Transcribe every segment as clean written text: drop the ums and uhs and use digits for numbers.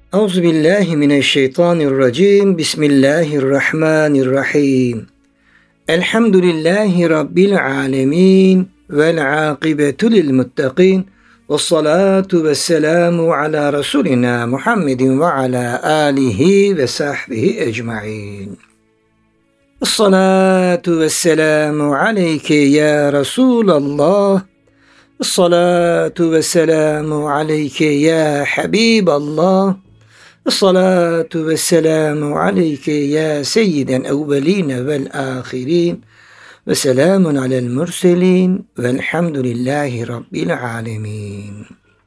Euzubillahimineşşeytanirracim. Bismillahirrahmanirrahim. Elhamdülillahi Rabbil alemin. Vel akibetu lil muttaqin. Vessalatu vesselamu ala Resulina Muhammedin ve ala alihi ve sahbihi ecmain. Esselatu vesselamu aleyke ya Resulallah. Esselatu vesselamu aleyke ya Habiballah. Esselatu vesselamu aleyke ya seyyiden evveline vel ahirin. Ve selamun alel mürselin velhamdülillahi rabbil alemin.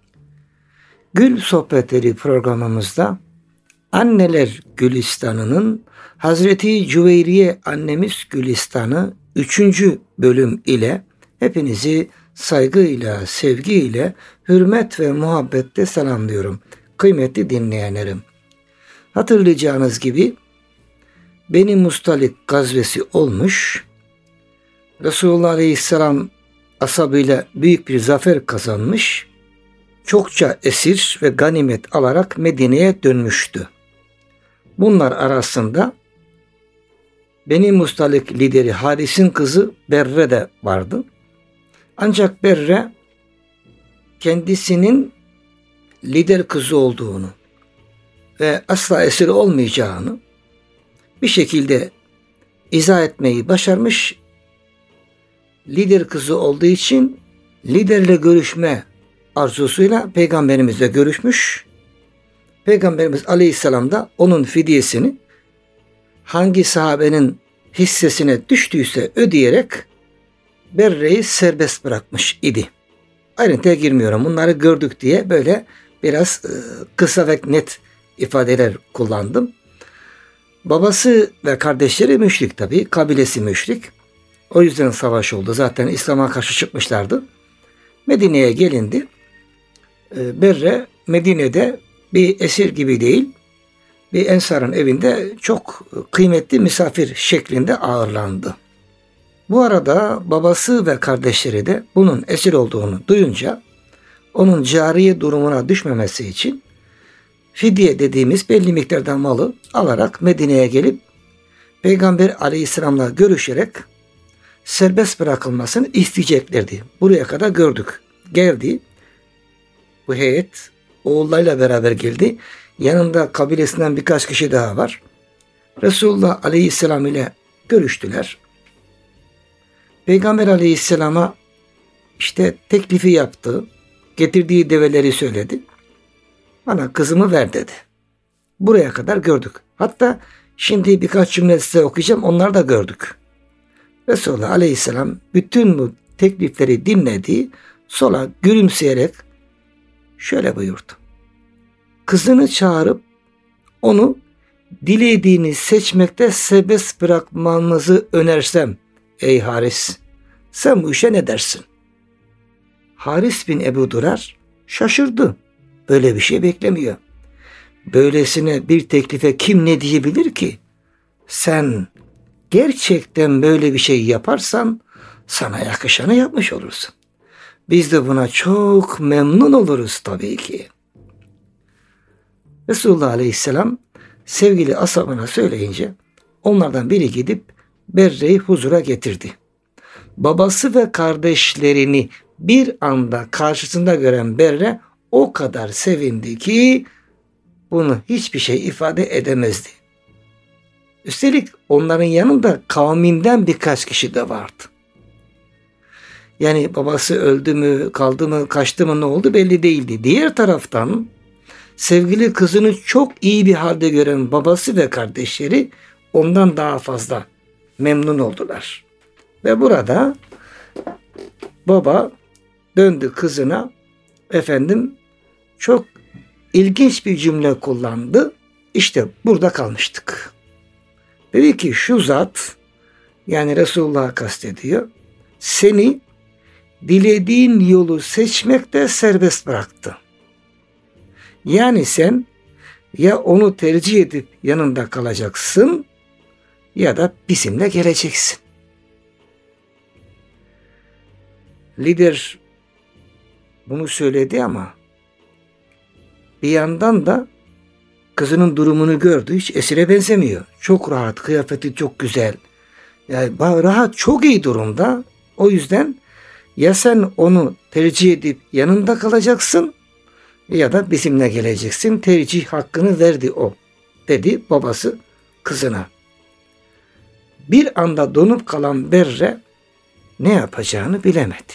Gül Sohbetleri programımızda Anneler Gülistanı'nın Hazreti Cüveyriye annemiz Gülistanı 3. bölüm ile hepinizi saygıyla, sevgiyle, hürmet ve muhabbetle selamlıyorum. Kıymetli dinleyenlerim. Hatırlayacağınız gibi Beni Mustalik gazvesi olmuş. Resulullah Aleyhisselam ashabıyla büyük bir zafer kazanmış. Çokça esir ve ganimet alarak Medine'ye dönmüştü. Bunlar arasında Beni Mustalik lideri Haris'in kızı Berre de vardı. Ancak Berre kendisinin lider kızı olduğunu ve asla esir olmayacağını bir şekilde izah etmeyi başarmış. Lider kızı olduğu için liderle görüşme arzusuyla Peygamberimizle görüşmüş. Peygamberimiz Aleyhisselam da onun fidyesini hangi sahabenin hissesine düştüyse ödeyerek Berre'yi serbest bırakmış idi. Ayrıntıya girmiyorum. Bunları gördük diye böyle biraz kısa ve net ifadeler kullandım. Babası ve kardeşleri müşrik tabii. Kabilesi müşrik. O yüzden savaş oldu. Zaten İslam'a karşı çıkmışlardı. Medine'ye gelindi. Berre Medine'de bir esir gibi değil, bir ensarın evinde çok kıymetli misafir şeklinde ağırlandı. Bu arada babası ve kardeşleri de bunun esir olduğunu duyunca onun cariye durumuna düşmemesi için fidye dediğimiz belli miktarda malı alarak Medine'ye gelip Peygamber Aleyhisselam'la görüşerek serbest bırakılmasını isteyeceklerdi. Buraya kadar gördük. Geldi. Bu heyet oğullarıyla beraber geldi. Yanında kabilesinden birkaç kişi daha var. Resulullah Aleyhisselam ile görüştüler. Peygamber Aleyhisselam'a işte teklifi yaptı. Getirdiği develeri söyledi. Bana kızımı ver dedi. Buraya kadar gördük. Hatta şimdi birkaç cümle size okuyacağım. Onları da gördük. Resulullah Aleyhisselam bütün bu teklifleri dinledi. Sonra gülümseyerek şöyle buyurdu. Kızını çağırıp onu dilediğini seçmekte serbest bırakmanızı önersem ey Haris, sen bu işe ne dersin? Haris bin Ebu Durar şaşırdı. Böyle bir şey beklemiyor. Böylesine bir teklife kim ne diyebilir ki? Sen gerçekten böyle bir şey yaparsan sana yakışanı yapmış olursun. Biz de buna çok memnun oluruz tabii ki. Resulullah Aleyhisselam sevgili ashabına söyleyince onlardan biri gidip Berre'yi huzura getirdi. Babası ve kardeşlerini bir anda karşısında gören Berre o kadar sevindi ki bunu hiçbir şey ifade edemezdi. Üstelik onların yanında kavminden birkaç kişi de vardı. Yani babası öldü mü, kaldı mı, kaçtı mı, ne oldu belli değildi. Diğer taraftan sevgili kızını çok iyi bir halde gören babası ve kardeşleri ondan daha fazla memnun oldular. Ve burada baba döndü kızına, çok ilginç bir cümle kullandı. İşte burada kalmıştık. Dedi ki şu zat, yani Resulullah'ı kastediyor, seni dilediğin yolu seçmekte serbest bıraktı. Yani sen ya onu tercih edip yanında kalacaksın ya da bizimle geleceksin. Lider bunu söyledi ama bir yandan da kızının durumunu gördü. Hiç esire benzemiyor. Çok rahat, kıyafeti çok güzel. Yani rahat, çok iyi durumda. O yüzden ya sen onu tercih edip yanında kalacaksın ya da bizimle geleceksin. Tercih hakkını verdi o, dedi babası kızına. Bir anda donup kalan Berre ne yapacağını bilemedi.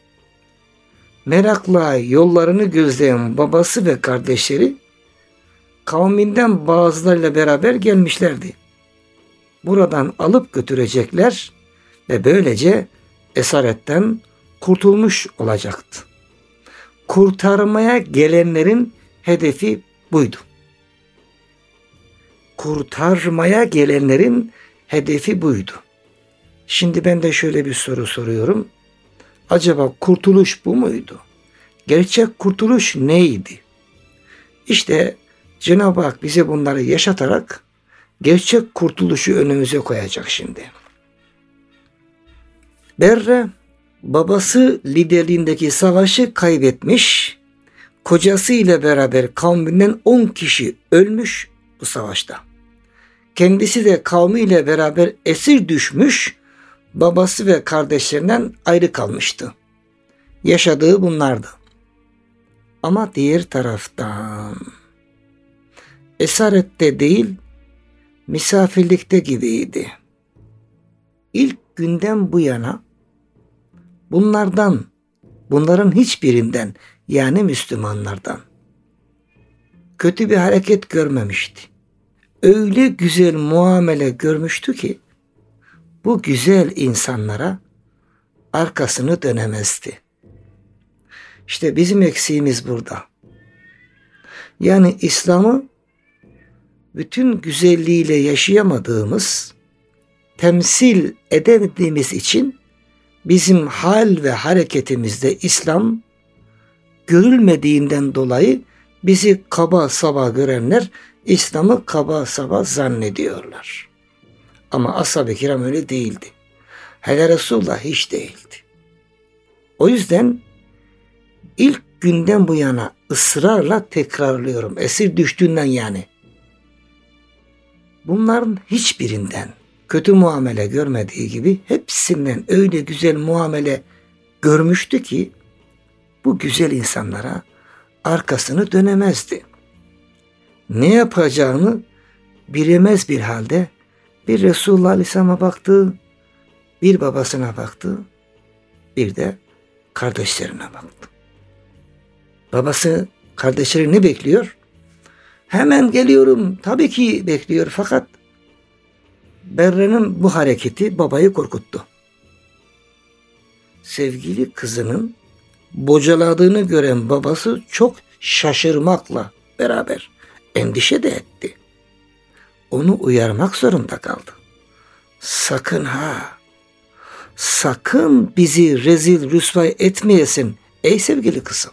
Merakla yollarını gözleyen babası ve kardeşleri kavminden bazılarıyla beraber gelmişlerdi. Buradan alıp götürecekler ve böylece esaretten kurtulmuş olacaktı. Kurtarmaya gelenlerin hedefi buydu. Kurtarmaya gelenlerin hedefi buydu. Şimdi ben de şöyle bir soru soruyorum. Acaba kurtuluş bu muydu? Gerçek kurtuluş neydi? İşte Cenab-ı Hak bize bunları yaşatarak gerçek kurtuluşu önümüze koyacak şimdi. Berre babası liderliğindeki savaşı kaybetmiş, kocası ile beraber kavminden 10 kişi ölmüş bu savaşta. Kendisi de kavmiyle beraber esir düşmüş, babası ve kardeşlerinden ayrı kalmıştı. Yaşadığı bunlardı. Ama diğer taraftan esarette değil, misafirlikte gibiydi. İlk günden bu yana bunların hiçbirinden, yani Müslümanlardan kötü bir hareket görmemişti. Öyle güzel muamele görmüştü ki bu güzel insanlara arkasını dönemezdi. İşte bizim eksiğimiz burada. Yani İslam'ı bütün güzelliğiyle yaşayamadığımız, temsil edemediğimiz için bizim hal ve hareketimizde İslam görülmediğinden dolayı bizi kaba saba görenler İslam'ı kaba saba zannediyorlar. Ama ashab-ı kiram öyle değildi. Hele Resulullah hiç değildi. O yüzden ilk günden bu yana ısrarla tekrarlıyorum. Esir düştüğünden yani. Bunların hiçbirinden kötü muamele görmediği gibi hepsinden öyle güzel muamele görmüştü ki bu güzel insanlara arkasını dönemezdi. Ne yapacağını bilemez bir halde bir Resulullah Aleyhisselam'a baktı, bir babasına baktı, bir de kardeşlerine baktı. Babası kardeşleri ne bekliyor? Hemen geliyorum. Tabii ki bekliyor fakat Berre'nin bu hareketi babayı korkuttu. Sevgili kızının bocaladığını gören babası çok şaşırmakla beraber endişe de etti. Onu uyarmak zorunda kaldı. Sakın ha, sakın bizi rezil rüsvay etmeyesin ey sevgili kızım.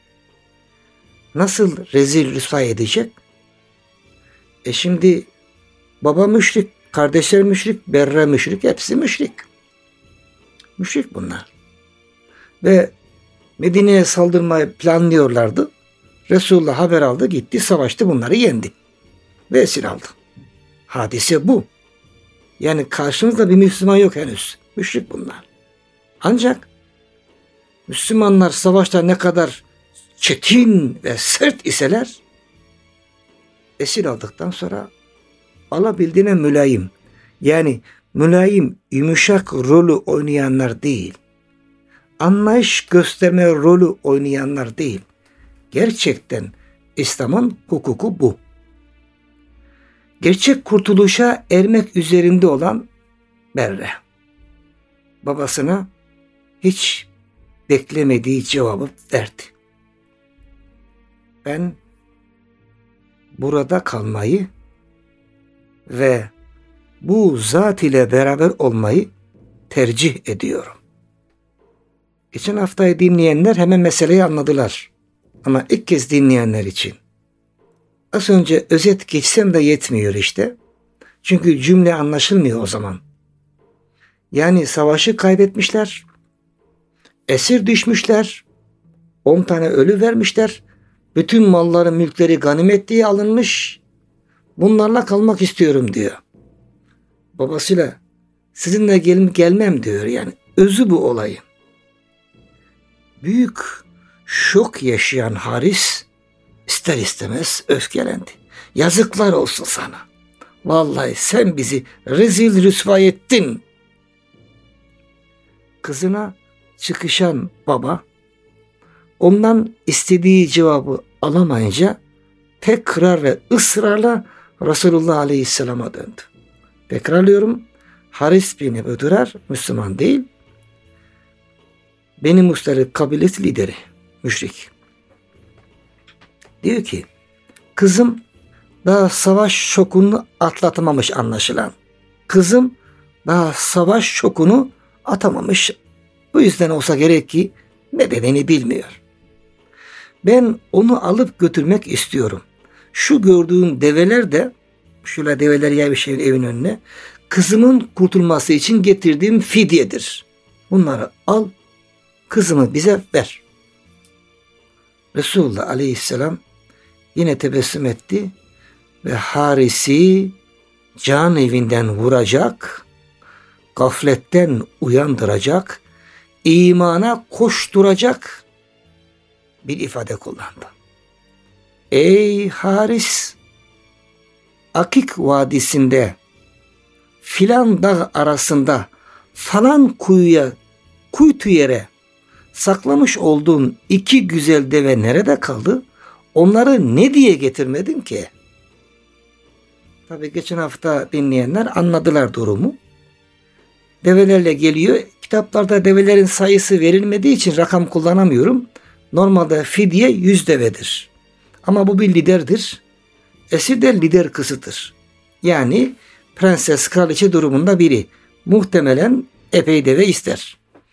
Nasıl rezil rüsvay edecek? Şimdi baba müşrik, kardeşler müşrik, Berre müşrik, hepsi müşrik. Müşrik bunlar. Ve Medine'ye saldırmayı planlıyorlardı. Resulullah haber aldı, gitti, savaştı, bunları yendi. Ve esir aldı. Hadise bu. Yani karşımızda bir Müslüman yok henüz. Müşrik bunlar. Ancak Müslümanlar savaşta ne kadar çetin ve sert iseler, esir aldıktan sonra alabildiğine mülayim, yani mülayim, yumuşak rolü oynayanlar değil, anlayış gösterme rolü oynayanlar değil. Gerçekten İslam'ın hukuku bu. Gerçek kurtuluşa ermek üzerinde olan Berre, babasına hiç beklemediği cevabı verdi. Ben burada kalmayı ve bu zat ile beraber olmayı tercih ediyorum. Geçen haftayı dinleyenler hemen meseleyi anladılar. Ama ilk kez dinleyenler için az önce özet geçsem de yetmiyor işte. Çünkü cümle anlaşılmıyor o zaman. Yani savaşı kaybetmişler, esir düşmüşler, 10 tane ölü vermişler, bütün malları, mülkleri ganimet diye alınmış, Bunlarla kalmak istiyorum diyor. Babasıyla sizinle gelmem diyor yani. Özü bu olayı. Büyük şok yaşayan Haris ister istemez öfkelendi. Yazıklar olsun sana. Vallahi sen bizi rezil rüsva ettin. Kızına çıkışan baba ondan istediği cevabı alamayınca tekrar ve ısrarla Resulullah Aleyhisselam'a döndü. Tekrarlıyorum. Haris bin Ebu Durar Müslüman değil. Beni Mustalik kabilesi lideri. Müşrik. Diyor ki kızım daha savaş şokunu atlatamamış anlaşılan. Kızım daha savaş şokunu atamamış. Bu yüzden olsa gerek ki nedenini bilmiyor. Ben onu alıp götürmek istiyorum. Şu gördüğün develer de şöyle develer yaymış evin önüne. Kızımın kurtulması için getirdiğim fidyedir. Bunları al, kızımı bize ver. Resulullah Aleyhisselam yine tebessüm etti ve Haris'i can evinden vuracak, gafletten uyandıracak, imana koşturacak bir ifade kullandı. Ey Haris, Akik Vadisi'nde filan dağ arasında falan kuytu yere saklamış olduğun 2 güzel deve nerede kaldı? Onları ne diye getirmedin ki? Tabii geçen hafta dinleyenler anladılar durumu. Develerle geliyor. Kitaplarda develerin sayısı verilmediği için rakam kullanamıyorum. Normalde fidye 100 devedir. Ama bu bir liderdir. Esir de lider kızıdır. Yani prenses kraliçe durumunda biri. Muhtemelen epey deve ister.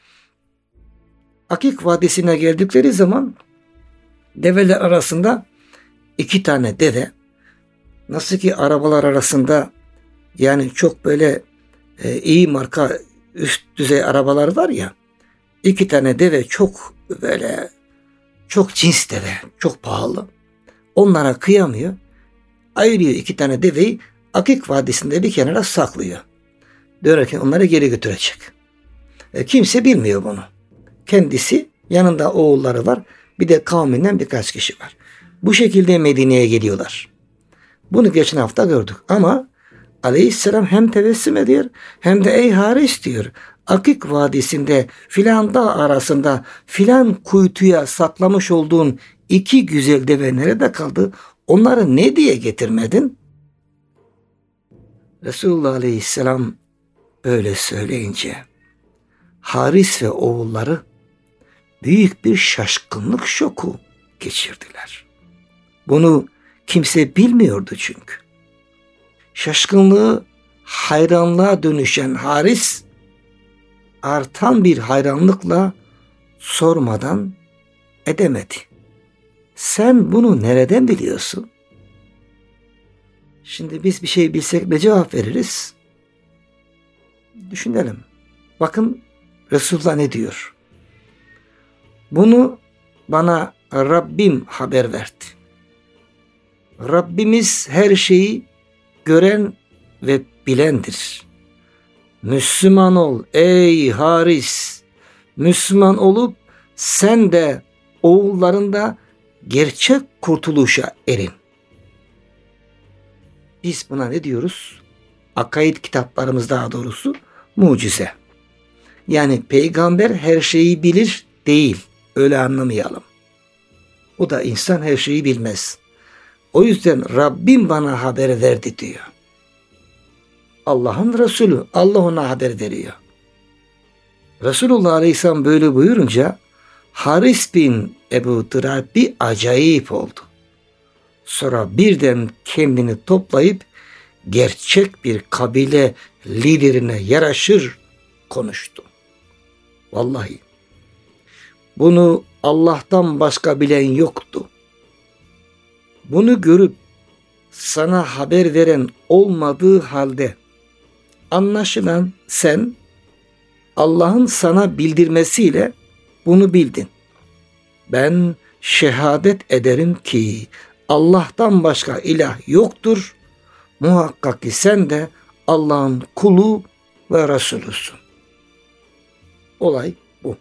Akik Vadisi'ne geldikleri zaman develer arasında 2 tane deve, nasıl ki arabalar arasında yani çok böyle iyi marka üst düzey arabalar var ya, 2 tane deve çok böyle çok cins deve, çok pahalı. Onlara kıyamıyor. Ayırıyor 2 tane deveyi Akik Vadisi'nde bir kenara saklıyor. Dönerken onları geri götürecek. Kimse bilmiyor bunu. Kendisi, yanında oğulları var. Bir de kavminden birkaç kişi var. Bu şekilde Medine'ye geliyorlar. Bunu geçen hafta gördük. Ama Aleyhisselam hem tebessüm ediyor hem de ey Haris diyor. Akik Vadisi'nde filan dağ arasında filan kuytuya saklamış olduğun 2 güzel deve nerede kaldı? Onları ne diye getirmedin? Resulullah Aleyhisselam böyle söyleyince Haris ve oğulları büyük bir şaşkınlık şoku geçirdiler. Bunu kimse bilmiyordu çünkü. Şaşkınlığı hayranlığa dönüşen Haris artan bir hayranlıkla sormadan edemedi. Sen bunu nereden biliyorsun? Şimdi biz bir şey bilsek ne cevap veririz? Düşünelim. Bakın Resulullah ne diyor? Bunu bana Rabbim haber verdi. Rabbimiz her şeyi gören ve bilendir. Müslüman ol ey Haris. Müslüman olup sen de oğulların da gerçek kurtuluşa erin. Biz buna ne diyoruz? Akaid kitaplarımız daha doğrusu mucize. Yani peygamber her şeyi bilir değil. Öyle anlamayalım. O da insan her şeyi bilmez. O yüzden Rabbim bana haber verdi diyor. Allah'ın Resulü. Allah ona haber veriyor. Resulullah Aleyhisselam böyle buyurunca Haris bin Ebu Durar bir acayip oldu. Sonra birden kendini toplayıp gerçek bir kabile liderine yaraşır konuştu. Vallahi bunu Allah'tan başka bilen yoktu. Bunu görüp sana haber veren olmadığı halde anlaşılan sen Allah'ın sana bildirmesiyle bunu bildin. Ben şehadet ederim ki Allah'tan başka ilah yoktur. muhakkak ki sen de Allah'ın kulu ve Resulüsün. Olay bu.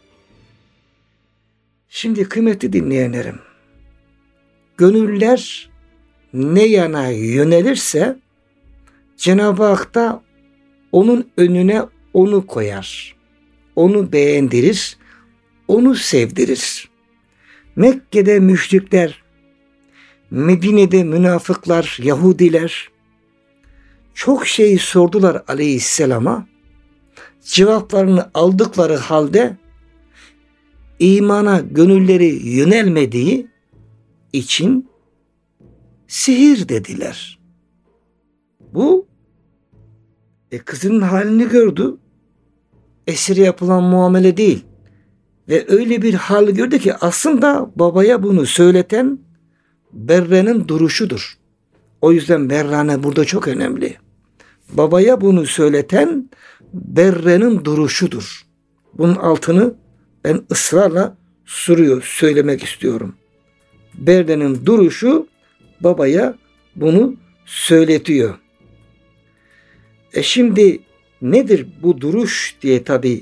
Şimdi kıymetli dinleyenlerim, gönüller ne yana yönelirse Cenab-ı Hak da onun önüne onu koyar. Onu beğendirir, onu sevdirir. Mekke'de müşrikler, Medine'de münafıklar, Yahudiler çok şey sordular Aleyhisselam'a. Cevaplarını aldıkları halde imana gönülleri yönelmediği için sihir dediler. Bu kızının halini gördü. Esire yapılan muamele değil. Ve öyle bir hal gördü ki aslında babaya bunu söyleten Berre'nin duruşudur. O yüzden Berrane burada çok önemli. Babaya bunu söyleten Berre'nin duruşudur. Bunun altını ben ısrarla söylemek istiyorum. Berre'nin duruşu babaya bunu söyletiyor. Şimdi nedir bu duruş diye tabii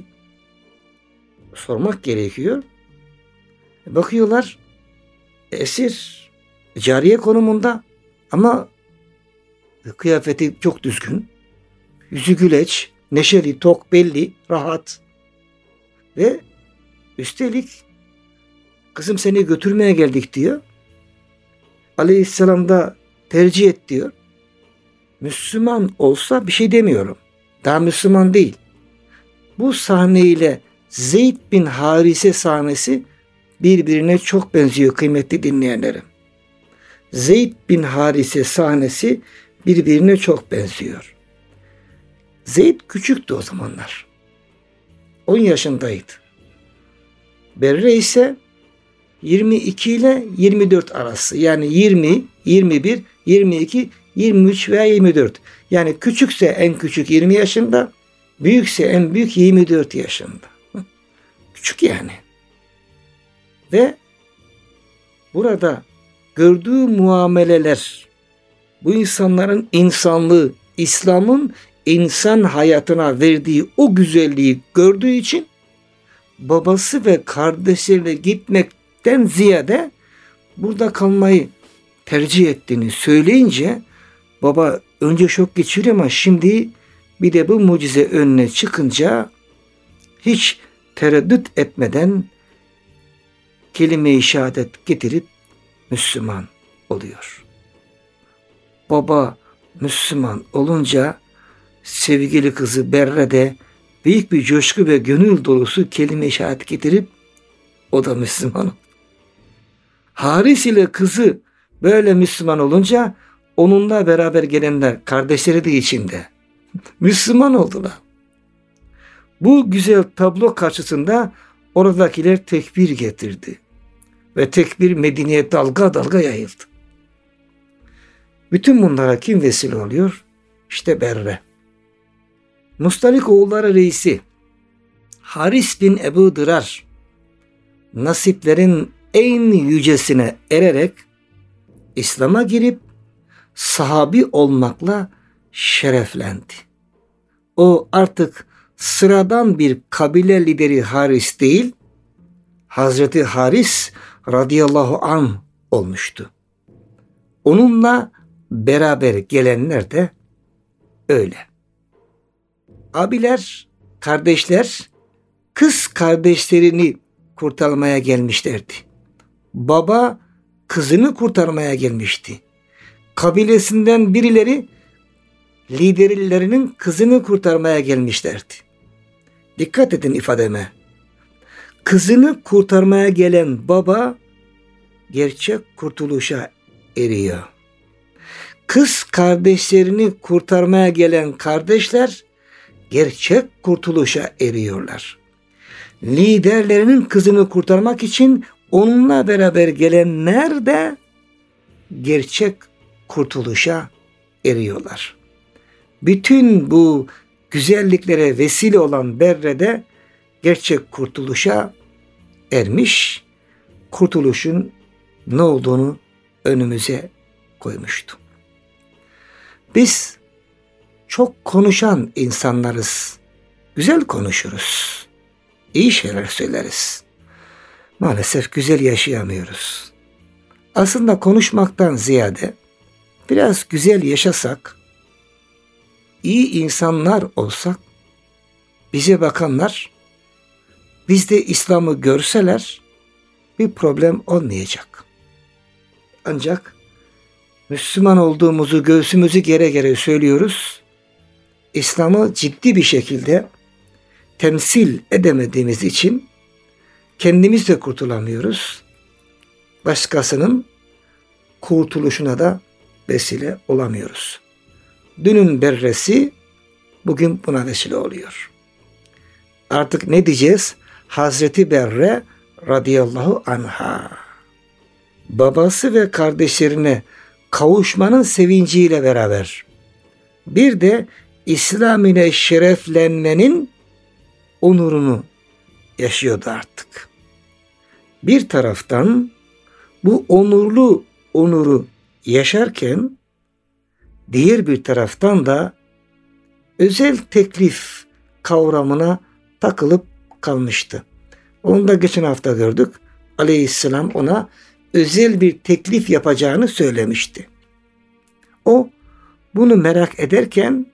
sormak gerekiyor. Bakıyorlar esir, cariye konumunda ama kıyafeti çok düzgün, yüzü güleç, neşeli, tok, belli, rahat ve üstelik kızım seni götürmeye geldik diyor. Aleyhisselam da tercih et diyor. Müslüman olsa bir şey demiyorum. Daha Müslüman değil. Bu sahneyle Zeyd bin Harise sahnesi birbirine çok benziyor kıymetli dinleyenlerim. Zeyd bin Harise sahnesi birbirine çok benziyor. Zeyd küçüktü o zamanlar. 10 yaşındaydı. Berre ise 22 ile 24 arası. Yani 20, 21, 22, 23 veya 24. Yani küçükse en küçük 20 yaşında, büyükse en büyük 24 yaşında. Küçük yani. Ve burada gördüğü muameleler, bu insanların insanlığı, İslam'ın insan hayatına verdiği o güzelliği gördüğü için babası ve kardeşleriyle gitmekten ziyade burada kalmayı tercih ettiğini söyleyince baba önce şok geçiriyor ama şimdi bir de bu mucize önüne çıkınca hiç tereddüt etmeden kelime-i şehadet getirip Müslüman oluyor. Baba Müslüman olunca sevgili kızı Berre de büyük bir coşku ve gönül dolusu kelime-i şehadet getirip o da Müslüman oldu. Haris ile kızı böyle Müslüman olunca onunla beraber gelenler, kardeşleri de içinde Müslüman oldular. Bu güzel tablo karşısında oradakiler tekbir getirdi. Ve tekbir Medine'ye dalga dalga yayıldı. Bütün bunlara kim vesile oluyor? İşte Berre. Mustalik oğulları reisi Haris bin Ebu Dırar nasiplerin en yücesine ererek İslam'a girip sahabi olmakla şereflendi. O artık sıradan bir kabile lideri Haris değil, Hazreti Haris radıyallahu anh olmuştu. Onunla beraber gelenler de öyle. Abiler, kardeşler, kız kardeşlerini kurtarmaya gelmişlerdi. Baba kızını kurtarmaya gelmişti. Kabilesinden birileri liderlerinin kızını kurtarmaya gelmişlerdi. Dikkat edin ifademe. Kızını kurtarmaya gelen baba gerçek kurtuluşa eriyor. Kız kardeşlerini kurtarmaya gelen kardeşler gerçek kurtuluşa eriyorlar. Liderlerinin kızını kurtarmak için onunla beraber gelenler de gerçek kurtuluşa eriyorlar. Bütün bu güzelliklere vesile olan Berre de gerçek kurtuluşa ermiş, kurtuluşun ne olduğunu önümüze koymuştu. Biz çok konuşan insanlarız. Güzel konuşuruz. İyi şeyler söyleriz. Maalesef güzel yaşayamıyoruz. Aslında konuşmaktan ziyade biraz güzel yaşasak, iyi insanlar olsak, bize bakanlar bizde İslam'ı görseler bir problem olmayacak. Ancak Müslüman olduğumuzu göğsümüzü gere gere söylüyoruz. İslam'ı ciddi bir şekilde temsil edemediğimiz için kendimiz de kurtulamıyoruz. Başkasının kurtuluşuna da vesile olamıyoruz. Dünün berresi bugün buna vesile oluyor. Artık ne diyeceğiz? Hazreti Berre radıyallahu anha, babası ve kardeşlerine kavuşmanın sevinciyle beraber bir de İslam ile şereflenmenin onurunu yaşıyordu artık. Bir taraftan bu onuru yaşarken diğer bir taraftan da özel teklif kavramına takılıp kalmıştı. Onu da geçen hafta gördük. Aleyhisselam ona özel bir teklif yapacağını söylemişti. O bunu merak ederken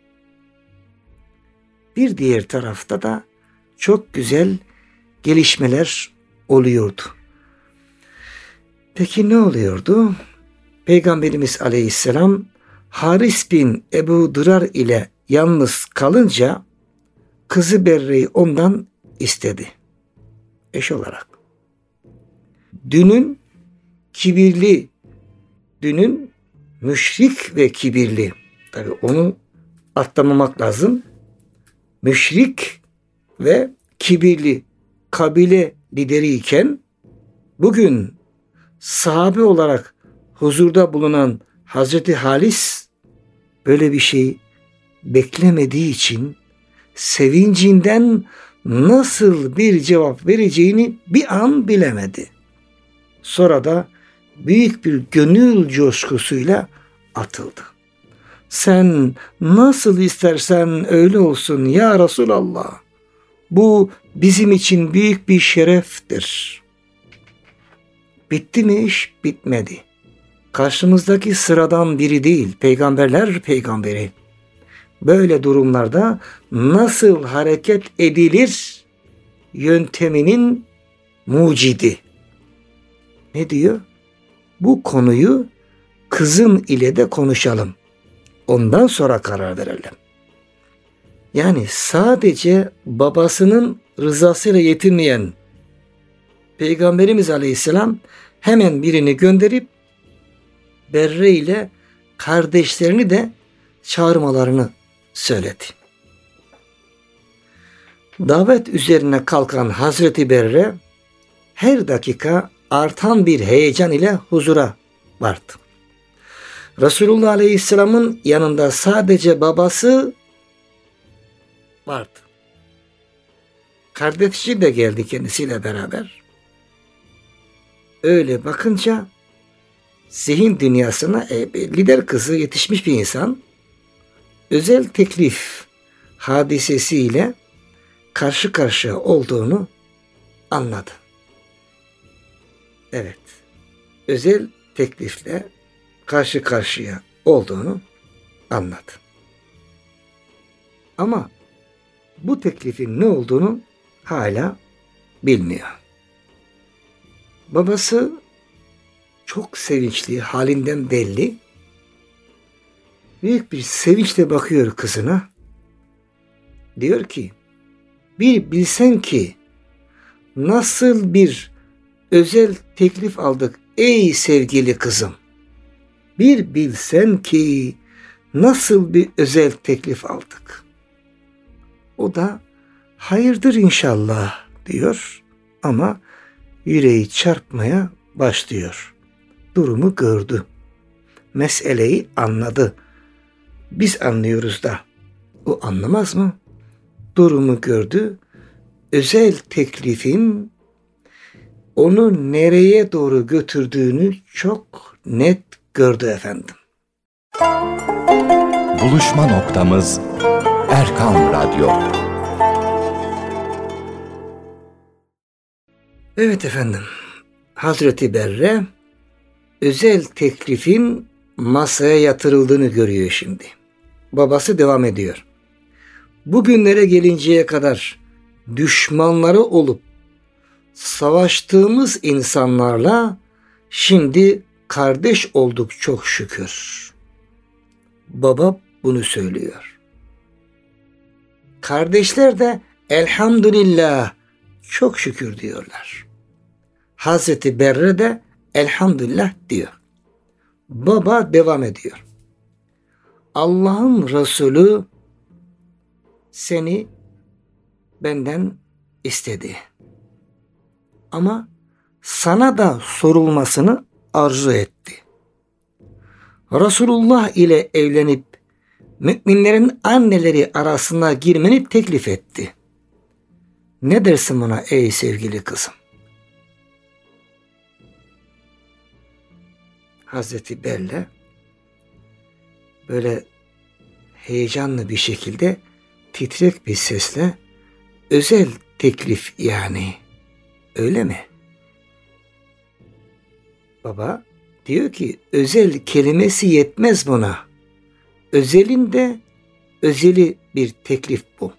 bir diğer tarafta da çok güzel gelişmeler oluyordu. Peki ne oluyordu? Peygamberimiz Aleyhisselam Haris bin Ebu Dırar ile yalnız kalınca kızı Berre'yi ondan istedi. Eş olarak. Dünün müşrik ve kibirli. Tabii onu atlamamak lazım. Müşrik ve kibirli kabile lideriyken bugün sahabe olarak huzurda bulunan Hazreti Halis böyle bir şey beklemediği için sevincinden nasıl bir cevap vereceğini bir an bilemedi. Sonra da büyük bir gönül coşkusuyla atıldı. Sen nasıl istersen öyle olsun ya Resulallah. Bu bizim için büyük bir şereftir. Bitti mi iş? Bitmedi. Karşımızdaki sıradan biri değil, peygamberler peygamberi. Böyle durumlarda nasıl hareket edilir yönteminin mucidi. Ne diyor? Bu konuyu kızın ile de konuşalım. Ondan sonra karar verelim. Yani sadece babasının rızasıyla yetinmeyen Peygamberimiz Aleyhisselam hemen birini gönderip Berre ile kardeşlerini de çağırmalarını söyledi. Davet üzerine kalkan Hazreti Berre her dakika artan bir heyecan ile huzura vardı. Resulullah Aleyhisselam'ın yanında sadece babası vardı. Kardeşi de geldi kendisiyle beraber. Öyle bakınca zihin dünyasına lider kızı yetişmiş bir insan özel teklif hadisesiyle karşı karşıya olduğunu anladı. Evet, özel teklifle karşı karşıya olduğunu anladı. Ama bu teklifin ne olduğunu hala bilmiyor. Babası çok sevinçli, halinden belli. Büyük bir sevinçle bakıyor kızına. Diyor ki, bir bilsen ki nasıl bir özel teklif aldık ey sevgili kızım. Bir bilsen ki nasıl bir özel teklif aldık. O da hayırdır inşallah diyor ama yüreği çarpmaya başlıyor. Durumu gördü. Meseleyi anladı. Biz anlıyoruz da o anlamaz mı? Durumu gördü. Özel teklifin onu nereye doğru götürdüğünü çok net gördü efendim. Buluşma noktamız Erkam Radyo. Evet efendim, Hazreti Berre özel teklifin masaya yatırıldığını görüyor şimdi. Babası devam ediyor. Bugünlere gelinceye kadar düşmanları olup savaştığımız insanlarla şimdi kardeş olduk çok şükür. Baba bunu söylüyor. Kardeşler de elhamdülillah çok şükür diyorlar. Hazreti Berre de elhamdülillah diyor. Baba devam ediyor. Allah'ın Resulü seni benden istedi. Ama sana da sorulmasını arzu etti. Resulullah ile evlenip müminlerin anneleri arasına girmeni teklif etti. Ne dersin buna ey sevgili kızım? Hazreti Berre böyle heyecanlı bir şekilde titrek bir sesle özel teklif yani öyle mi? Baba diyor ki özel kelimesi yetmez buna. Özelin de özeli bir teklif bu.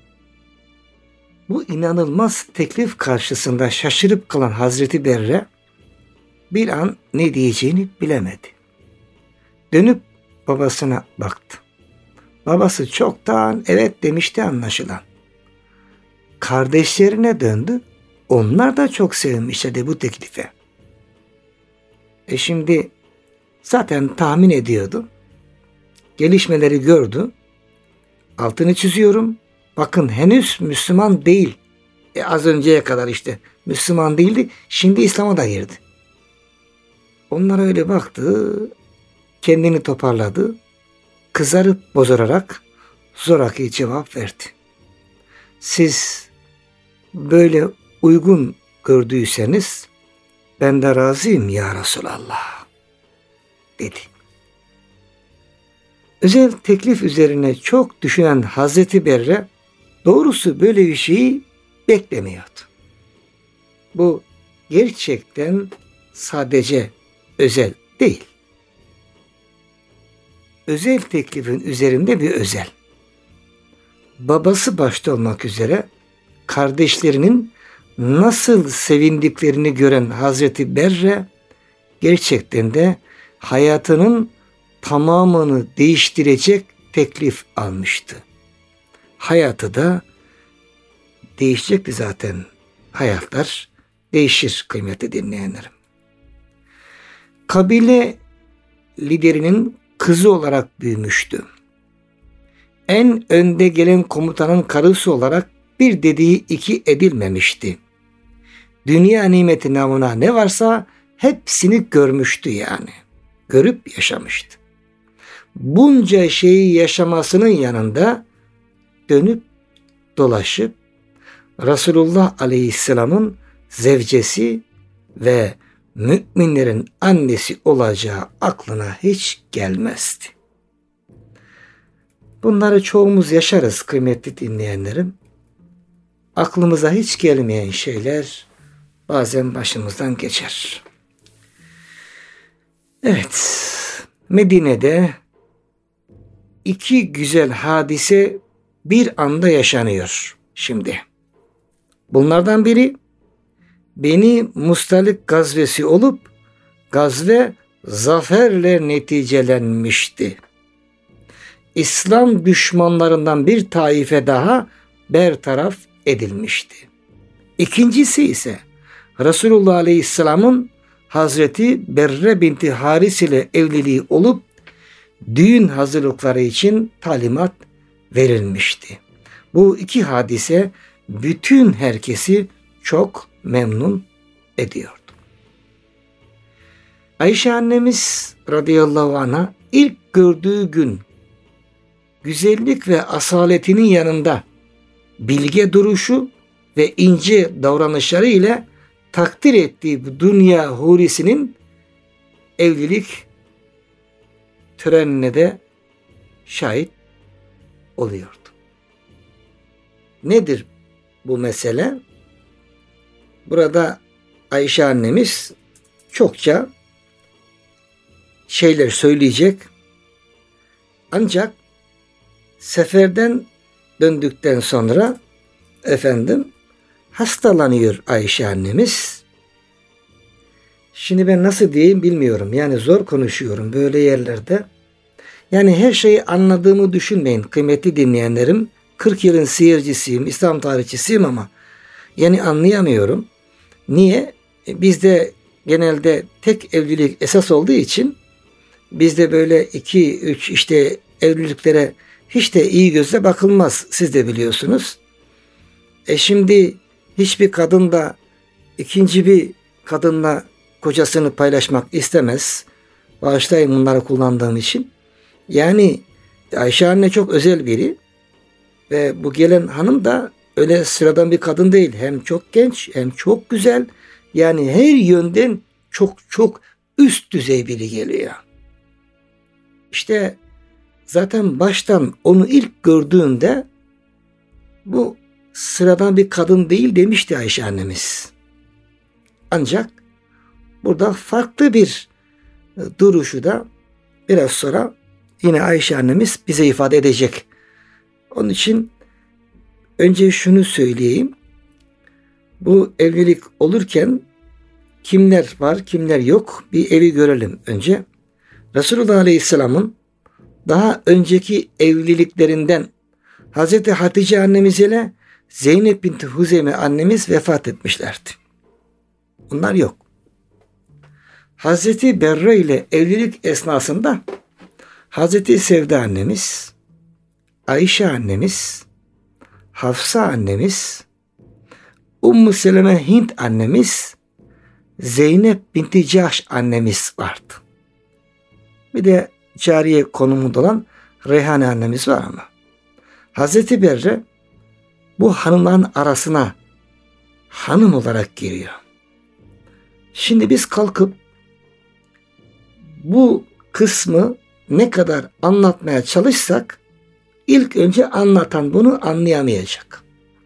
Bu inanılmaz teklif karşısında şaşırıp kalan Hazreti Berre bir an ne diyeceğini bilemedi. Dönüp babasına baktı. Babası çoktan evet demişti anlaşılan. Kardeşlerine döndü. Onlar da çok sevinmişlerdi bu teklife. Şimdi zaten tahmin ediyordu. Gelişmeleri gördü. Altını çiziyorum. Bakın henüz Müslüman değil. Az önceye kadar işte Müslüman değildi. Şimdi İslam'a da girdi. Onlara öyle baktı. Kendini toparladı. Kızarıp bozararak zoraki cevap verdi. Siz böyle uygun gördüyseniz ben de razıyım ya Resulallah dedi. Özel teklif üzerine çok düşünen Hazreti Berre doğrusu böyle bir şeyi beklemiyordu. Bu gerçekten sadece özel değil. Özel teklifin üzerinde bir özel. Babası başta olmak üzere kardeşlerinin nasıl sevindiklerini gören Hazreti Berre gerçekten de hayatının tamamını değiştirecek teklif almıştı. Hayatı da değişecekti zaten. Hayatlar değişir kıymetli dinleyenlerim. Kabile liderinin kızı olarak büyümüştü. En önde gelen komutanın karısı olarak bir dediği iki edilmemişti. Dünya nimeti namına ne varsa hepsini görmüştü yani. Görüp yaşamıştı. Bunca şeyi yaşamasının yanında dönüp dolaşıp Resulullah Aleyhisselam'ın zevcesi ve müminlerin annesi olacağı aklına hiç gelmezdi. Bunları çoğumuz yaşarız kıymetli dinleyenlerim. Aklımıza hiç gelmeyen şeyler bazen başımızdan geçer. Evet, Medine'de iki güzel hadise bir anda yaşanıyor şimdi. Bunlardan biri Beni Mustalik gazvesi olup gazve zaferle neticelenmişti. İslam düşmanlarından bir taife daha bertaraf edilmişti. İkincisi ise Resulullah Aleyhisselam'ın Hazreti Berre binti Haris ile evliliği olup düğün hazırlıkları için talimat verilmişti. Bu iki hadise bütün herkesi çok memnun ediyordu. Ayşe annemiz radıyallahu anh'a ilk gördüğü gün güzellik ve asaletinin yanında bilge duruşu ve ince davranışları ile takdir ettiği bu dünya hurisinin evlilik törenine de şahit oluyordu. Nedir bu mesele? Burada Ayşe annemiz çokça şeyler söyleyecek. Ancak seferden döndükten sonra hastalanıyor Ayşe annemiz. Şimdi ben nasıl diyeyim bilmiyorum. Yani zor konuşuyorum böyle yerlerde. Yani her şeyi anladığımı düşünmeyin kıymetli dinleyenlerim. 40 yılın seyircisiyim, İslam tarihçisiyim ama yani anlayamıyorum. Niye? Bizde genelde tek evlilik esas olduğu için bizde böyle 2-3 işte evliliklere hiç de iyi gözle bakılmaz. Siz de biliyorsunuz. Şimdi hiçbir kadın da ikinci bir kadınla kocasını paylaşmak istemez. Bağışlayın bunları kullandığım için. Yani Ayşe anne çok özel biri. Ve bu gelen hanım da öyle sıradan bir kadın değil. Hem çok genç hem çok güzel. Yani her yönden çok üst düzey biri geliyor. İşte zaten baştan onu ilk gördüğünde bu sıradan bir kadın değil demişti Ayşe annemiz. Ancak burada farklı bir duruşu da biraz sonra yine Ayşe annemiz bize ifade edecek. Onun için önce şunu söyleyeyim. Bu evlilik olurken kimler var, kimler yok bir evi görelim önce. Resulullah Aleyhisselam'ın daha önceki evliliklerinden Hazreti Hatice annemiz ile Zeynep binti Huzeyme annemiz vefat etmişlerdi. Bunlar yok. Hazreti Berra ile evlilik esnasında Hazreti Sevda annemiz, Ayşe annemiz, Hafsa annemiz, Ummu Seleme Hint annemiz, Zeynep binti Cahş annemiz vardı. Bir de cariye konumunda olan Reyhane annemiz var ama Hazreti Berre bu hanımların arasına hanım olarak giriyor. Şimdi biz kalkıp bu kısmı ne kadar anlatmaya çalışsak ilk önce anlatan bunu anlayamayacak.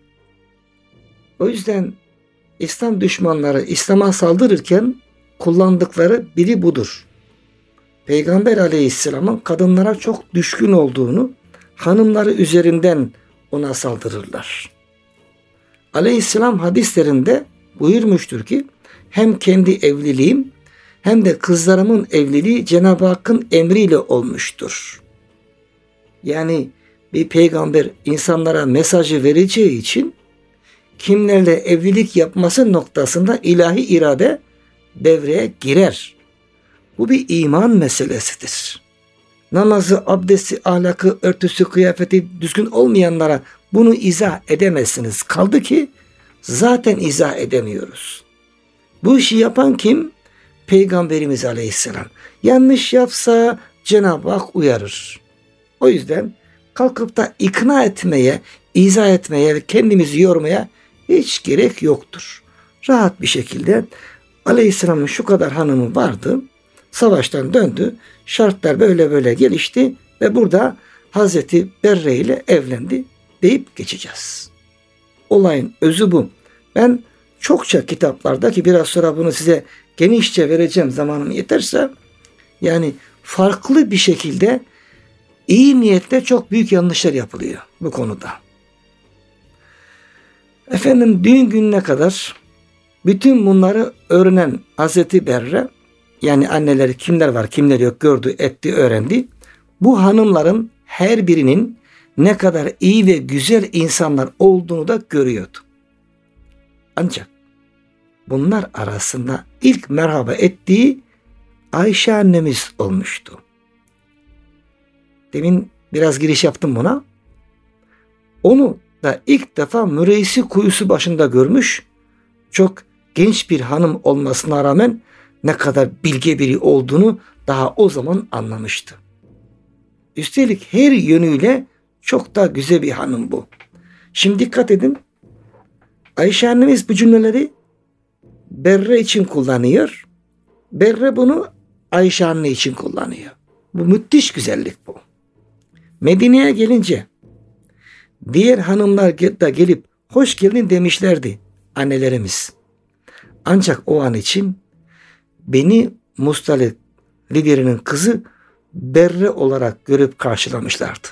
O yüzden İslam düşmanları İslam'a saldırırken kullandıkları biri budur. Peygamber Aleyhisselam'ın kadınlara çok düşkün olduğunu hanımları üzerinden ona saldırırlar. Aleyhisselam hadislerinde buyurmuştur ki hem kendi evliliğim hem de kızlarımın evliliği Cenab-ı Hakk'ın emriyle olmuştur. Yani bir peygamber insanlara mesajı vereceği için kimlerle evlilik yapması noktasında ilahi irade devreye girer. Bu bir iman meselesidir. Namazı, abdesti, ahlakı, örtüsü, kıyafeti düzgün olmayanlara bunu izah edemezsiniz. Kaldı ki zaten izah edemiyoruz. Bu işi yapan kim? Peygamberimiz Aleyhisselam. Yanlış yapsa Cenab-ı Hak uyarır. O yüzden kalkıp da ikna etmeye, izah etmeye ve kendimizi yormaya hiç gerek yoktur. Rahat bir şekilde Aleyhisselam'ın şu kadar hanımı vardı. Savaştan döndü. Şartlar böyle gelişti ve burada Hazreti Berre ile evlendi deyip geçeceğiz. Olayın özü bu. Ben çokça kitaplarda ki biraz sonra bunu size genişçe vereceğim zamanım yeterse yani farklı bir şekilde iyi niyetle çok büyük yanlışlar yapılıyor bu konuda. Efendim düğün gününe kadar bütün bunları öğrenen Hazreti Berre yani anneleri kimler var kimler yok gördü etti öğrendi. Bu hanımların her birinin ne kadar iyi ve güzel insanlar olduğunu da görüyordu. Ancak bunlar arasında ilk merhaba ettiği Ayşe annemiz olmuştu. Demin biraz giriş yaptım buna. Onu da ilk defa Müreysi kuyusu başında görmüş. Çok genç bir hanım olmasına rağmen ne kadar bilge biri olduğunu daha o zaman anlamıştı. Üstelik her yönüyle çok da güzel bir hanım bu. Şimdi dikkat edin. Ayşe annemiz bu cümleleri Berre için kullanıyor. Berre bunu Ayşe anne için kullanıyor. Bu müthiş güzellik bu. Medine'ye gelince diğer hanımlar da gelip hoş geldin demişlerdi annelerimiz. Ancak o an için Beni Mustalik liderinin kızı Berre olarak görüp karşılamışlardı.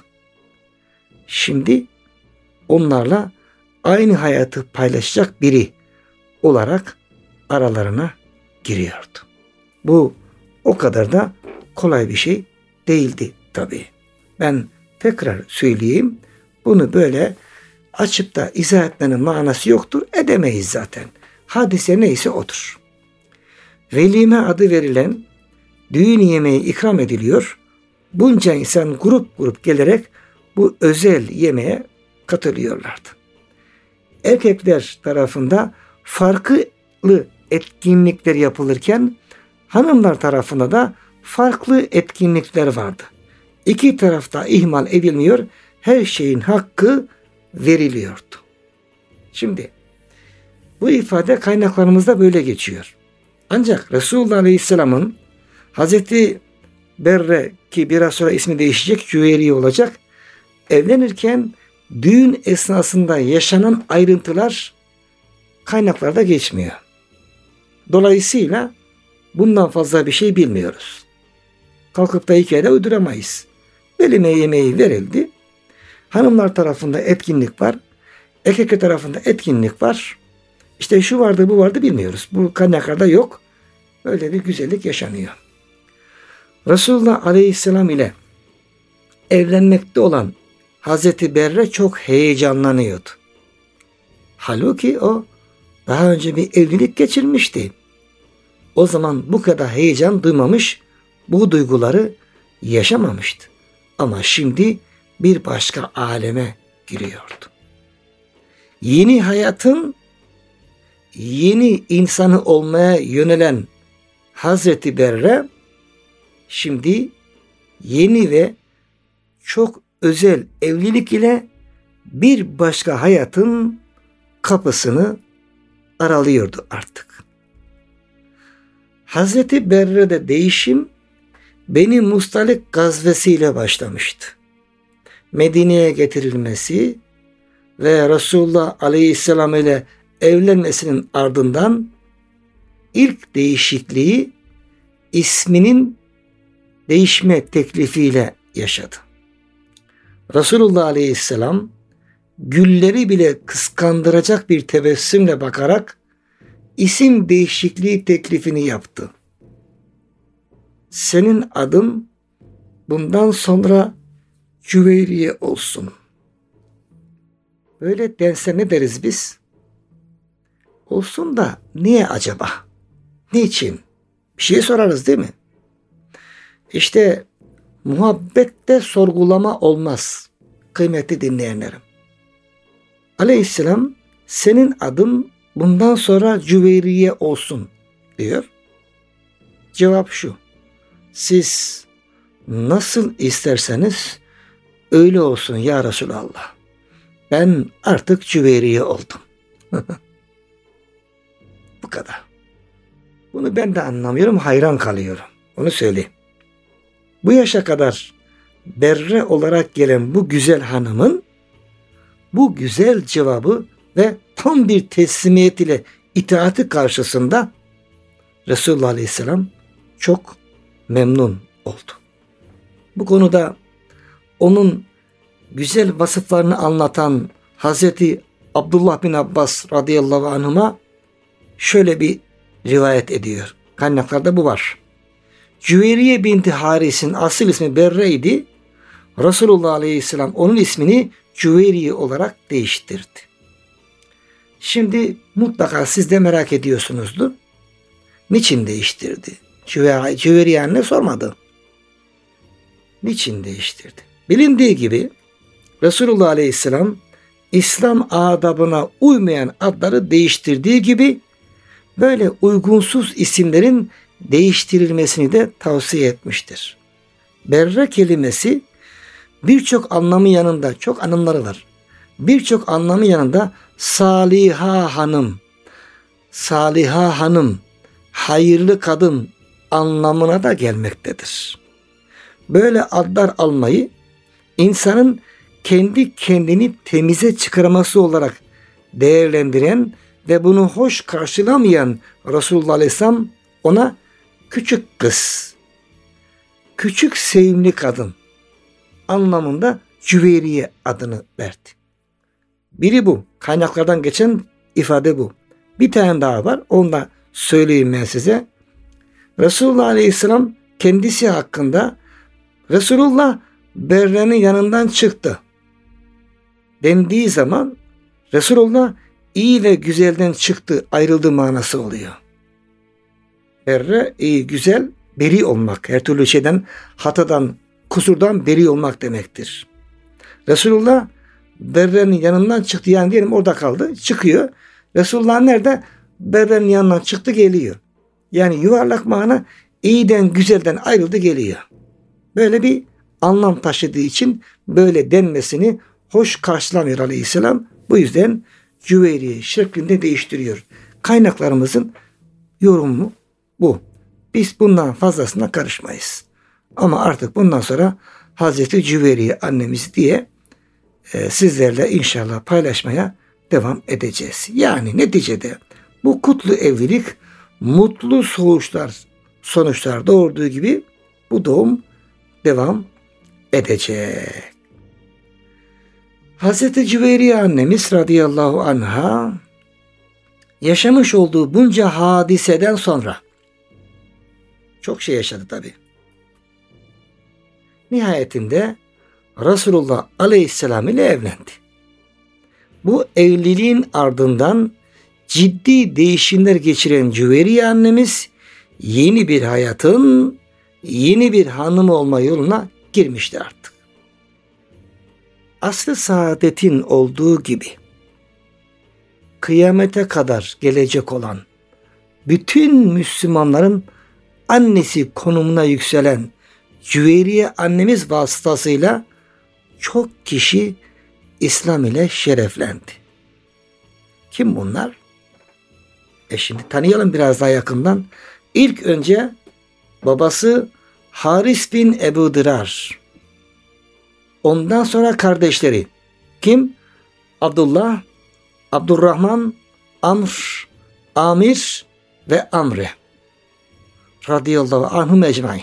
Şimdi onlarla aynı hayatı paylaşacak biri olarak aralarına giriyordu. Bu o kadar da kolay bir şey değildi tabii. Ben tekrar söyleyeyim, bunu böyle açıp da izah etmenin manası yoktur, edemeyiz zaten. Hadise neyse odur. Velime adı verilen düğün yemeği ikram ediliyor. Bunca insan grup grup gelerek bu özel yemeğe katılıyorlardı. Erkekler tarafında farklı etkinlikler yapılırken hanımlar tarafında da farklı etkinlikler vardı. İki tarafta ihmal edilmiyor, her şeyin hakkı veriliyordu. Şimdi bu ifade kaynaklarımızda böyle geçiyor. Ancak Resulullah Aleyhisselam'ın Hazreti Berre, ki biraz sonra ismi değişecek, Cüveyriye olacak, evlenirken düğün esnasında yaşanan ayrıntılar kaynaklarda geçmiyor. Dolayısıyla bundan fazla bir şey bilmiyoruz. Kalkıp da hikayede uyduramayız. Velime yemeği verildi. Hanımlar tarafında etkinlik var. Erkekler tarafında etkinlik var. İşte şu vardı bu vardı bilmiyoruz. Bu kaynaklarda yok. Böyle bir güzellik yaşanıyor. Resulullah Aleyhisselam ile evlenmekte olan Hazreti Berre çok heyecanlanıyordu. Halbuki o daha önce bir evlilik geçirmişti. O zaman bu kadar heyecan duymamış, bu duyguları yaşamamıştı. Ama şimdi bir başka aleme giriyordu. Yeni hayatın yeni insanı olmaya yönelen Hazreti Berre şimdi yeni ve çok özel evlilik ile bir başka hayatın kapısını aralıyordu artık. Hazreti Berre'de değişim Beni Mustalik gazvesiyle başlamıştı. Medine'ye getirilmesi ve Resulullah Aleyhisselam ile evlenmesinin ardından ilk değişikliği isminin değişme teklifiyle yaşadı. Resulullah Aleyhisselam gülleri bile kıskandıracak bir tebessümle bakarak isim değişikliği teklifini yaptı. Senin adın bundan sonra Cüveyriye olsun. Böyle dense ne deriz biz? Olsun da niye acaba? Niçin? Bir şey sorarız değil mi? İşte muhabbette sorgulama olmaz kıymetli dinleyenlerim. Aleyhisselam senin adın bundan sonra Cüveyriye olsun diyor. Cevap şu: siz nasıl isterseniz öyle olsun ya Resulallah. Ben artık Cüveyriye oldum. Bu kadar. Bunu ben de anlamıyorum, hayran kalıyorum. Onu söyleyeyim. Bu yaşa kadar Berre olarak gelen bu güzel hanımın bu güzel cevabı ve tam bir teslimiyet ile itaati karşısında Resulullah Aleyhisselam çok memnun oldu. Bu konuda onun güzel vasıflarını anlatan Hazreti Abdullah bin Abbas radıyallahu anhuma şöyle bir rivayet ediyor. Kaynaklarda bu var. Cüveyriye binti Haris'in asıl ismi Berre'ydi. Resulullah Aleyhisselam onun ismini Cüveyriye olarak değiştirdi. Şimdi mutlaka siz de merak ediyorsunuzdur. Niçin değiştirdi? Cüveyriye anne sormadı. Niçin değiştirdi? Bilindiği gibi Resulullah Aleyhisselam İslam adabına uymayan adları değiştirdiği gibi böyle uygunsuz isimlerin değiştirilmesini de tavsiye etmiştir. Berre kelimesi birçok anlamı yanında, çok anlamları var. Birçok anlamı yanında Saliha Hanım, Saliha Hanım, hayırlı kadın anlamına da gelmektedir. Böyle adlar almayı insanın kendi kendini temize çıkarması olarak değerlendiren ve bunu hoş karşılamayan Resulullah Aleyhisselam ona küçük kız, küçük sevimli kadın anlamında Cüveyriye adını verdi. Biri bu. Kaynaklardan geçen ifade bu. Bir tane daha var. Onu da söyleyeyim ben size. Resulullah Aleyhisselam kendisi hakkında Resulullah Berre'nin yanından çıktı dendiği zaman Resulullah iyi ve güzelden çıktı, ayrıldı manası oluyor. Berre, iyi, güzel, beri olmak. Her türlü şeyden, hatadan, kusurdan beri olmak demektir. Resulullah Berre'nin yanından çıktı. Yani diyelim orada kaldı. Çıkıyor. Resulullah nerede? Berre'nin yanından çıktı, geliyor. Yani yuvarlak mana iyiden, güzelden ayrıldı, geliyor. Böyle bir anlam taşıdığı için böyle denmesini hoş karşılamıyor Aleyhisselam. Bu yüzden Cüveyriye şeklinde değiştiriyor. Kaynaklarımızın yorumu bu. Biz bundan fazlasına karışmayız. Ama artık bundan sonra Hazreti Cüveyriye annemiz diye sizlerle inşallah paylaşmaya devam edeceğiz. Yani neticede bu kutlu evlilik mutlu sonuçlar doğurduğu gibi bu doğum devam edecek. Hazreti Cüveyriye annemiz radıyallahu anha yaşamış olduğu bunca hadiseden sonra çok şey yaşadı tabi. Nihayetinde Resulullah Aleyhisselam ile evlendi. Bu evliliğin ardından ciddi değişimler geçiren Cüveyriye annemiz yeni bir hayatın, yeni bir hanım olma yoluna girmişti artık. Asr-ı saadetin olduğu gibi kıyamete kadar gelecek olan bütün Müslümanların annesi konumuna yükselen Cüveyriye annemiz vasıtasıyla çok kişi İslam ile şereflendi. Kim bunlar? Şimdi tanıyalım biraz daha yakından. İlk önce babası Haris bin Ebu Dırar. Ondan sonra kardeşleri. Kim? Abdullah, Abdurrahman, Amr, Amir ve Amre. Radıyallahu anhum ecmaîn.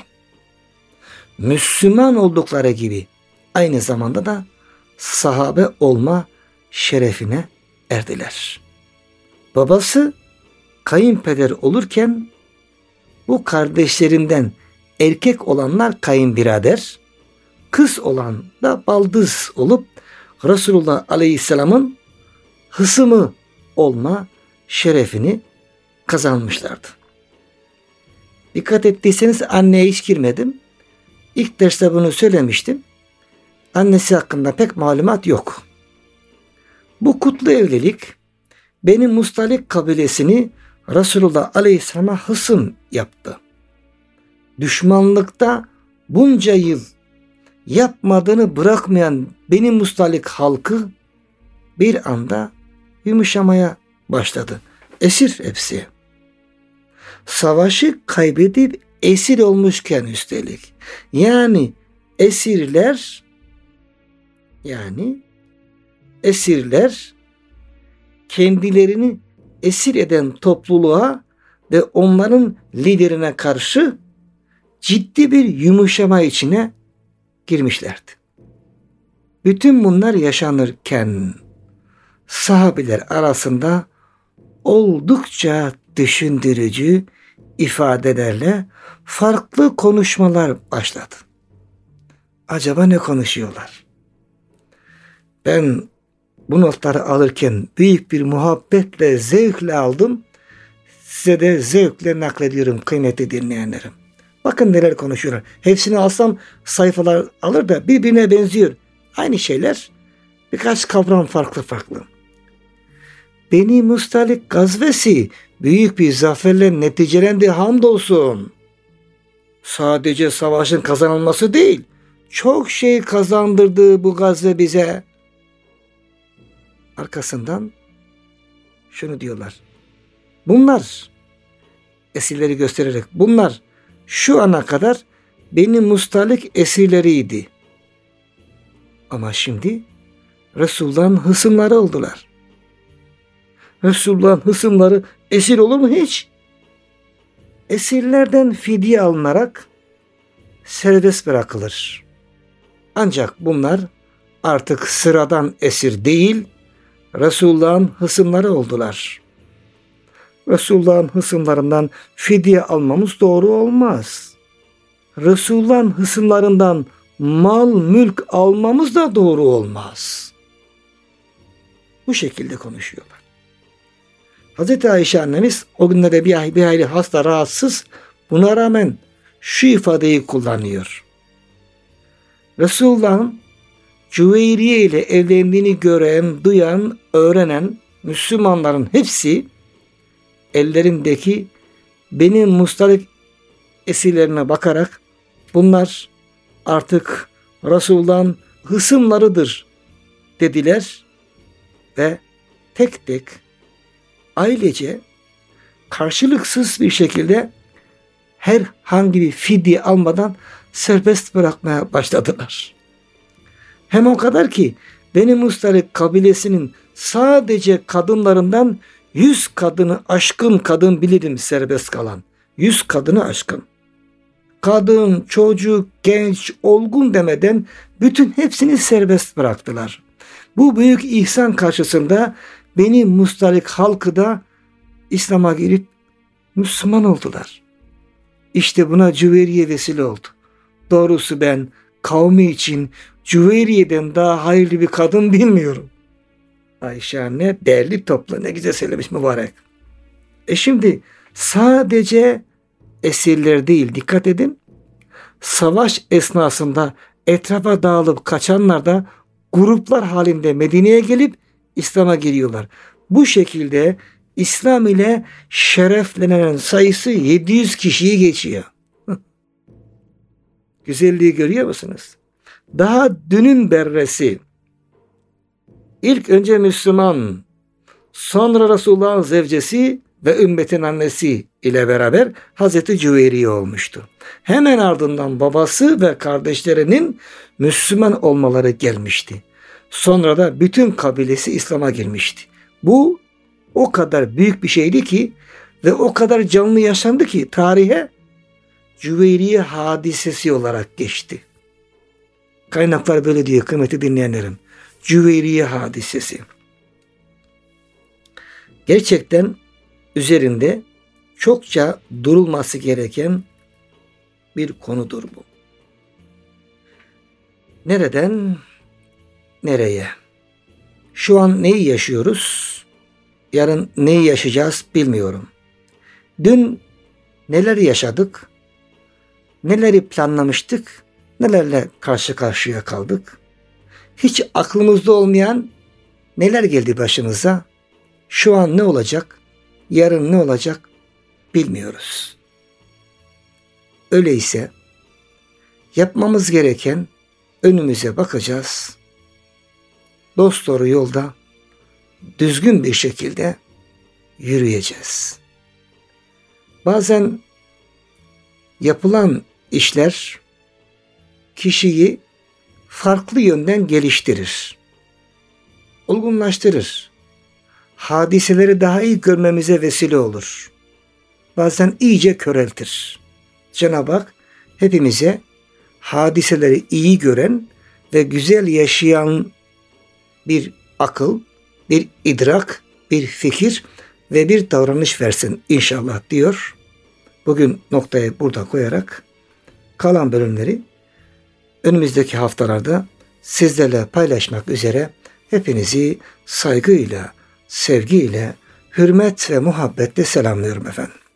Müslüman oldukları gibi aynı zamanda da sahabe olma şerefine erdiler. Babası kayınpeder olurken bu kardeşlerinden erkek olanlar kayınbirader, kız olan da baldız olup Resulullah Aleyhisselam'ın hısımı olma şerefini kazanmışlardı. Dikkat ettiyseniz anneye hiç girmedim. İlk derste bunu söylemiştim. Annesi hakkında pek malumat yok. Bu kutlu evlilik Beni Mustalik kabilesini Resulullah Aleyhisselam'a hısım yaptı. Düşmanlıkta bunca yıl yapmadığını bırakmayan Beni Mustalik halkı bir anda yumuşamaya başladı. Esir hepsi. Savaşı kaybedip esir olmuşken üstelik. Yani esirler kendilerini esir eden topluluğa ve onların liderine karşı ciddi bir yumuşama içine girmişlerdi. Bütün bunlar yaşanırken sahabeler arasında oldukça düşündürücü ifadelerle farklı konuşmalar başladı. Acaba ne konuşuyorlar? Ben bu notları alırken büyük bir muhabbetle, zevkle aldım. Size de zevkle naklediyorum kıymetli dinleyenlerim. Bakın neler konuşuyorlar. Hepsini alsam sayfalar alır da birbirine benziyor. Aynı şeyler, birkaç kavram farklı. Beni Mustalik gazvesi büyük bir zaferle neticelendi hamdolsun. Sadece savaşın kazanılması değil, çok şey kazandırdı bu gazve bize. Arkasından şunu diyorlar. Bunlar, esirleri göstererek, bunlar şu ana kadar Beni Mustalik esirleriydi. Ama şimdi Resulullah'ın hısımları oldular. Resulullah'ın hısımları esir olur mu hiç? Esirlerden fidye alınarak serbest bırakılır. Ancak bunlar artık sıradan esir değil, Resulullah'ın hısımları oldular. Resulullah'ın hısımlarından fidye almamız doğru olmaz. Resulullah'ın hısımlarından mal, mülk almamız da doğru olmaz. Bu şekilde konuşuyorlar. Hazreti Ayşe annemiz o günlerde bir hayli hasta, rahatsız. Buna rağmen şu ifadeyi kullanıyor. Resulullah'ın Cüveyriye ile evlendiğini gören, duyan, öğrenen Müslümanların hepsi ellerindeki Beni Mustalik esirlerine bakarak bunlar artık Resulullah'ın hısımlarıdır dediler ve tek tek ailece karşılıksız bir şekilde herhangi bir fidye almadan serbest bırakmaya başladılar. Hem o kadar ki Beni Mustalik kabilesinin sadece kadınlarından 100 kadını aşkın kadın bilirim serbest kalan. 100 kadını aşkın. Kadın, çocuk, genç, olgun demeden bütün hepsini serbest bıraktılar. Bu büyük ihsan karşısında Beni Mustalik halkı da İslam'a girip Müslüman oldular. İşte buna Cüveyriye vesile oldu. Doğrusu ben kavmi için Cüveyriye'den daha hayırlı bir kadın bilmiyorum. Ayşe anne değerli topla, ne güzel söylemiş mübarek. Şimdi sadece esirler değil, dikkat edin. Savaş esnasında etrafa dağılıp kaçanlar da gruplar halinde Medine'ye gelip İslam'a giriyorlar. Bu şekilde İslam ile şereflenen sayısı 700 kişiyi geçiyor. Güzelliği görüyor musunuz? Daha dünün berresi, İlk önce Müslüman, sonra Resulullah'ın zevcesi ve ümmetin annesi ile beraber Hazreti Cüveyriye olmuştu. Hemen ardından babası ve kardeşlerinin Müslüman olmaları gelmişti. Sonra da bütün kabilesi İslam'a girmişti. Bu o kadar büyük bir şeydi ki ve o kadar canlı yaşandı ki tarihe Cüveyriye hadisesi olarak geçti. Kaynaklar böyle diyor kıymetli dinleyenlerim. Cüveyriye hadisesi. Gerçekten üzerinde çokça durulması gereken bir konudur bu. Nereden nereye? Şu an neyi yaşıyoruz? Yarın neyi yaşayacağız bilmiyorum. Dün neler yaşadık? Neleri planlamıştık? Nelerle karşı karşıya kaldık? Hiç aklımızda olmayan neler geldi başımıza? Şu an ne olacak? Yarın ne olacak? Bilmiyoruz. Öyleyse yapmamız gereken önümüze bakacağız. Dosdoğru yolda düzgün bir şekilde yürüyeceğiz. Bazen yapılan işler kişiyi farklı yönden geliştirir, olgunlaştırır. Hadiseleri daha iyi görmemize vesile olur. Bazen iyice köreltir. Cenab-ı Hak hepimize hadiseleri iyi gören ve güzel yaşayan bir akıl, bir idrak, bir fikir ve bir davranış versin inşallah diyor. Bugün noktayı burada koyarak kalan bölümleri önümüzdeki haftalarda sizlerle paylaşmak üzere hepinizi saygıyla, sevgiyle, hürmet ve muhabbetle selamlıyorum efendim.